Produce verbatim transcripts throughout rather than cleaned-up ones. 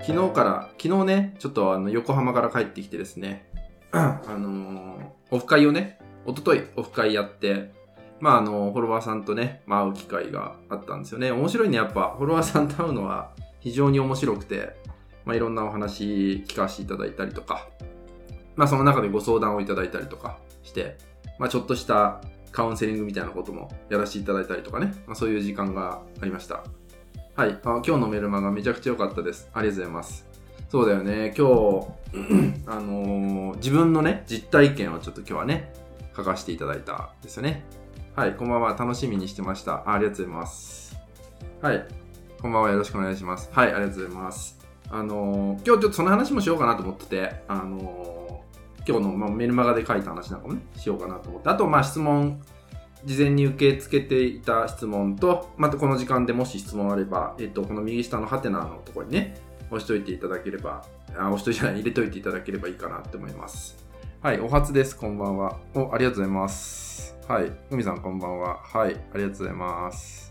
昨日から、昨日ね、ちょっとあの横浜から帰ってきてですね、あのー、オフ会をね、一昨日オフ会やって、まああの、フォロワーさんとね、まあ会う機会があったんですよね。面白いね、やっぱ、フォロワーさんと会うのは非常に面白くて、まあいろんなお話聞かせていただいたりとか、まあその中でご相談をいただいたりとかして、まあちょっとしたカウンセリングみたいなこともやらせていただいたりとかね、まあそういう時間がありました。はい、あ、今日のメルマガめちゃくちゃ良かったです。ありがとうございます。そうだよね、今日、あのー、自分のね、実体験をちょっと今日はね、書かせていただいたんですよね。はい、こんばんは。楽しみにしてました。あ、ありがとうございます。はい、こんばんは。よろしくお願いします。はい、ありがとうございます。あのー、今日ちょっとその話もしようかなと思ってて、あのー、今日の、まあ、メルマガで書いた話なんかもね、しようかなと思って、あと、まあ、質問、事前に受け付けていた質問と、またこの時間でもし質問あれば、えっと、この右下のハテナのところにね、押しといていただければ、あ、押しといてない、入れといていただければいいかなって思います。はい、お初です。こんばんは。お、ありがとうございます。はい、ふみさんこんばんは。はい、ありがとうございます。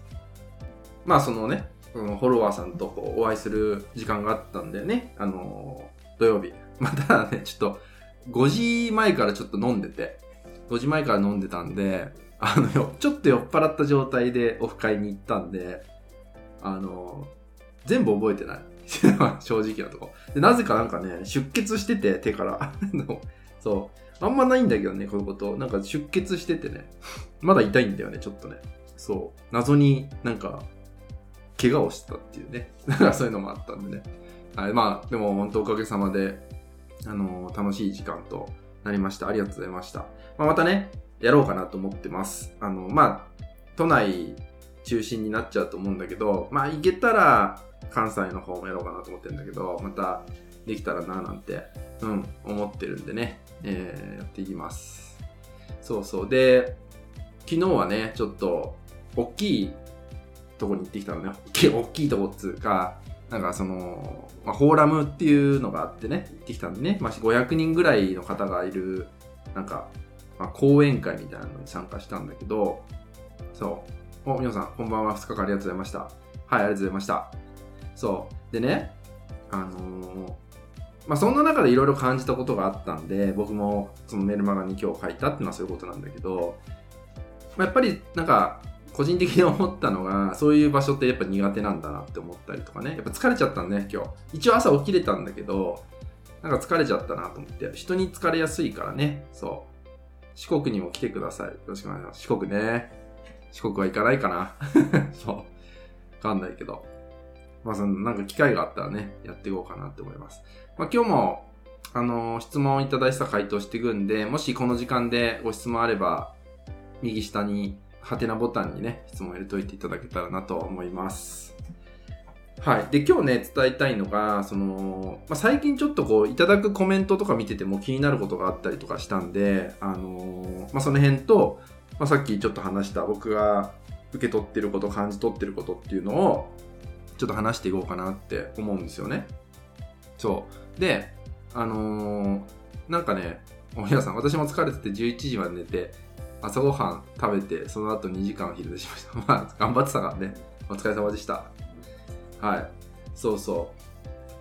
まあ、そのね、そのフォロワーさんとこうお会いする時間があったんだよね。あのー、土曜日。またね、ちょっと、ごじまえからちょっと飲んでて、ごじまえから飲んでたんで、あのよ、ちょっと酔っ払った状態でオフ会に行ったんで、あの、全部覚えてない。正直なとこ。で、なぜかなんかね、出血してて、手から。そう。あんまないんだけどね、こういうこと。なんか出血しててね、まだ痛いんだよね、ちょっとね。そう。謎になんか、怪我をしたっていうね。なんかそういうのもあったんでね。はい、まあ、でも本当おかげさまで、あの、楽しい時間となりました。ありがとうございました。まあ、またね、やろうかなと思ってます。あの、まあ、都内中心になっちゃうと思うんだけど、まあ、行けたら関西の方もやろうかなと思ってるんだけど、またできたらななんて、うん、思ってるんでね、えー、やっていきます。そうそう。で、昨日はね、ちょっと、大きいとこに行ってきたのね。大きい、大きいとこっつうか、なんかその、まあ、フォーラムっていうのがあってね、行ってきたんでね、まあ、ごひゃくにんぐらいの方がいる、なんか、まあ、講演会みたいなのに参加したんだけど、そう。お、皆さん、こんばんは。ふつかかんありがとうございました。はい、ありがとうございました。そう。でね、あのー、まあ、そんな中でいろいろ感じたことがあったんで、僕もそのメルマガに今日書いたっていうのはそういうことなんだけど、まあ、やっぱりなんか、個人的に思ったのが、そういう場所ってやっぱ苦手なんだなって思ったりとかね。やっぱ疲れちゃったんね、今日。一応朝起きれたんだけど、なんか疲れちゃったなと思って。人に疲れやすいからね。そう。四国にも来てください。よろしくお願いします。四国ね。四国は行かないかな。そう。わかんないけど。まあ、その、なんか機会があったらね、やっていこうかなって思います。まあ、今日も、あのー、質問いただいた回答していくんで、もしこの時間でご質問あれば、右下に、ハテナボタンにね、質問入れといていただけたらなと思います。はい。で、今日ね、伝えたいのが、その、まあ、最近ちょっとこう、いただくコメントとか見てても気になることがあったりとかしたんで、あのー、まあ、その辺と、まあ、さっきちょっと話した僕が受け取ってること、感じ取ってることっていうのを、ちょっと話していこうかなって思うんですよね。そう。で、あのー、なんかね、皆さん、私も疲れててじゅういちじまで寝て、朝ごはん食べて、その後にじかん昼寝しました。まあ、頑張ってたからね。お疲れ様でした。はい。そうそう。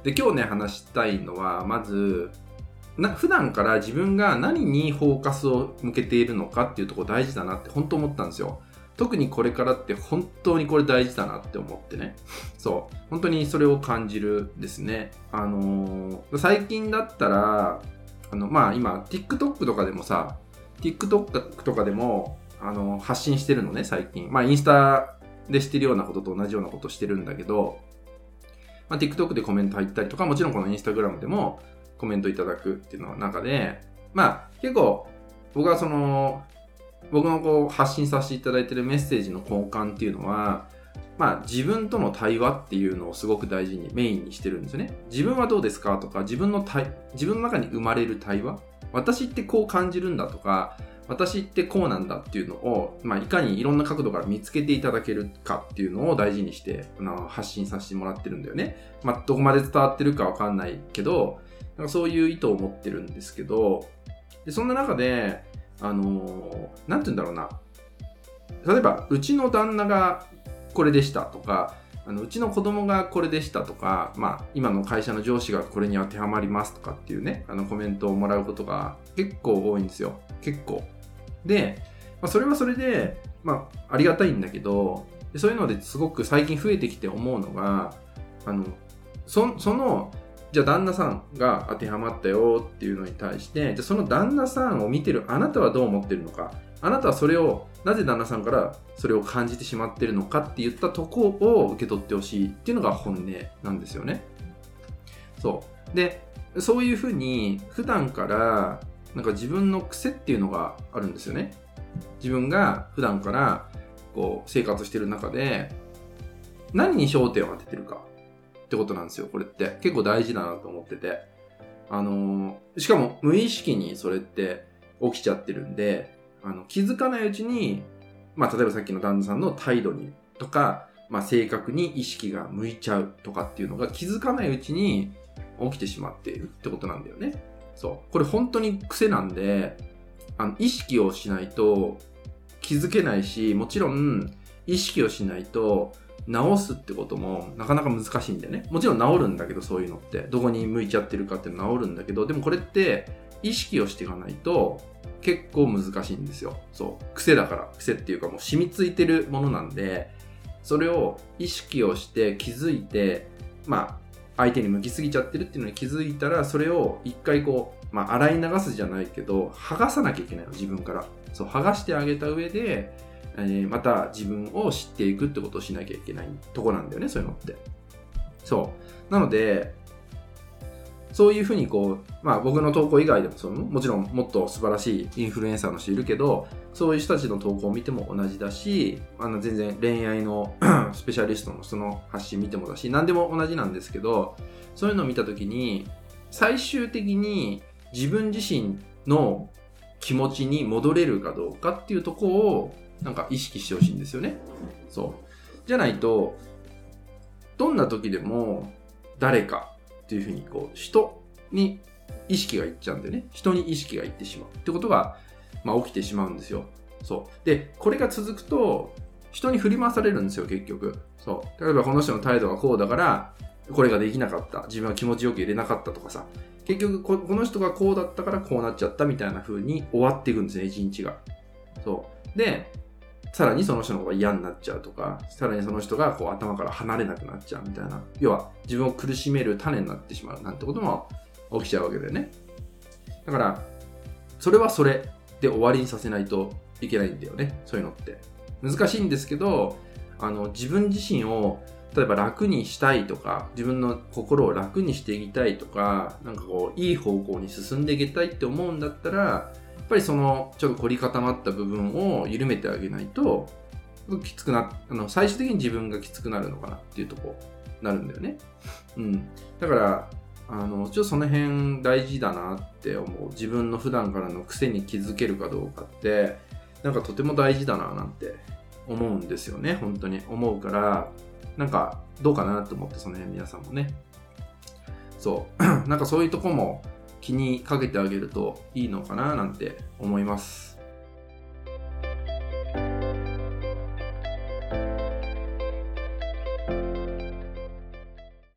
で、今日ね、話したいのは、まず、な普段から自分が何にフォーカスを向けているのかっていうところ大事だなって本当思ったんですよ。特にこれからって本当にこれ大事だなって思ってね。そう。本当にそれを感じるですね。あのー、最近だったら、あの、まあ今、TikTok とかでもさ、TikTok とかでも、あの、発信してるのね、最近。まあインスタでしてるようなことと同じようなことしてるんだけど、まあ、TikTok でコメント入ったりとか、もちろんこの Instagram でもコメントいただくっていうの中で、まあ結構僕はその僕のこう発信させていただいているメッセージの交換っていうのは、まあ自分との対話っていうのをすごく大事にメインにしてるんですよね。自分はどうですかとか、自分の対自分の中に生まれる対話、私ってこう感じるんだとか、私ってこうなんだっていうのを、まあ、いかにいろんな角度から見つけていただけるかっていうのを大事にしてあの発信させてもらってるんだよね。まあ、どこまで伝わってるかわかんないけど、なんかそういう意図を持ってるんですけど、でそんな中で、あのー、なんて言うんだろうな。例えば、うちの旦那がこれでしたとか、 あのうちの子供がこれでしたとか、まあ、今の会社の上司がこれに当てはまりますとかっていうね、あのコメントをもらうことが結構多いんですよ。結構。で、まあ、それはそれで、まあ、ありがたいんだけど、そういうのですごく最近増えてきて思うのが、あの、そ, その、じゃあ旦那さんが当てはまったよっていうのに対して、じゃあその旦那さんを見てるあなたはどう思ってるのか、あなたはそれを、なぜ旦那さんからそれを感じてしまってるのかって言ったとこを受け取ってほしいっていうのが本音なんですよね。そう。で、そういうふうに普段からなんか自分の癖っていうのがあるんですよね。自分が普段からこう生活してる中で何に焦点を当ててるかってことなんですよ。これって結構大事だなと思ってて、あのー、しかも無意識にそれって起きちゃってるんで、あの気づかないうちに、まあ例えばさっきの旦那さんの態度にとか、まあ性格に意識が向いちゃうとかっていうのが気づかないうちに起きてしまっているってことなんだよね。そう。これ本当に癖なんで、あの意識をしないと気づけないし、もちろん意識をしないと直すってこともなかなか難しいんだよね。もちろん治るんだけど、そういうのってどこに向いちゃってるかっていうの治るんだけど、でもこれって意識をしていかないと結構難しいんですよ。そう癖だから、癖っていうかもう染みついてるものなんで、それを意識をして気づいて、まあ相手に向きすぎちゃってるっていうのに気づいたら、それを一回こう、まあ洗い流すじゃないけど剥がさなきゃいけないの、自分から。そう剥がしてあげた上で、えー、また自分を知っていくってことをしなきゃいけないとこなんだよね、そういうのって。そうなので、そういうふうにこう、まあ僕の投稿以外でもそのもちろんもっと素晴らしいインフルエンサーの人いるけど、そういう人たちの投稿を見ても同じだし、あの全然恋愛のスペシャリストの人の発信見てもだし、何でも同じなんですけど、そういうのを見たときに最終的に自分自身の気持ちに戻れるかどうかっていうところをなんか意識してほしいんですよね。そうじゃないと、どんな時でも誰かっていうふうにこう人に意識がいっちゃうんでね、人に意識がいってしまうってことが、まあ、起きてしまうんですよ。そうで、これが続くと人に振り回されるんですよ、結局。そう例えばこの人の態度がこうだからこれができなかった、自分は気持ちよく入れなかったとかさ、結局この人がこうだったからこうなっちゃったみたいな風に終わっていくんですね、一日が。そうで、さらにその人の方が嫌になっちゃうとか、さらにその人がこう頭から離れなくなっちゃうみたいな、要は自分を苦しめる種になってしまうなんてことも起きちゃうわけだよね。だからそれはそれで終わりにさせないといけないんだよね、そういうのって。難しいんですけど、あの自分自身を例えば楽にしたいとか、自分の心を楽にしていきたいとか、なんかこういい方向に進んでいきたいって思うんだったら、やっぱりそのちょっと凝り固まった部分を緩めてあげないときつくな、あの最終的に自分がきつくなるのかなっていうとこになるんだよね。うん。だからあのちょっとその辺大事だなって思う。自分の普段からの癖に気づけるかどうかってなんかとても大事だななんて思うんですよね。本当に思うから、なんかどうかなと思って、その辺皆さんもね、そうなんかそういうとこも気にかけてあげるといいのかななんて思います。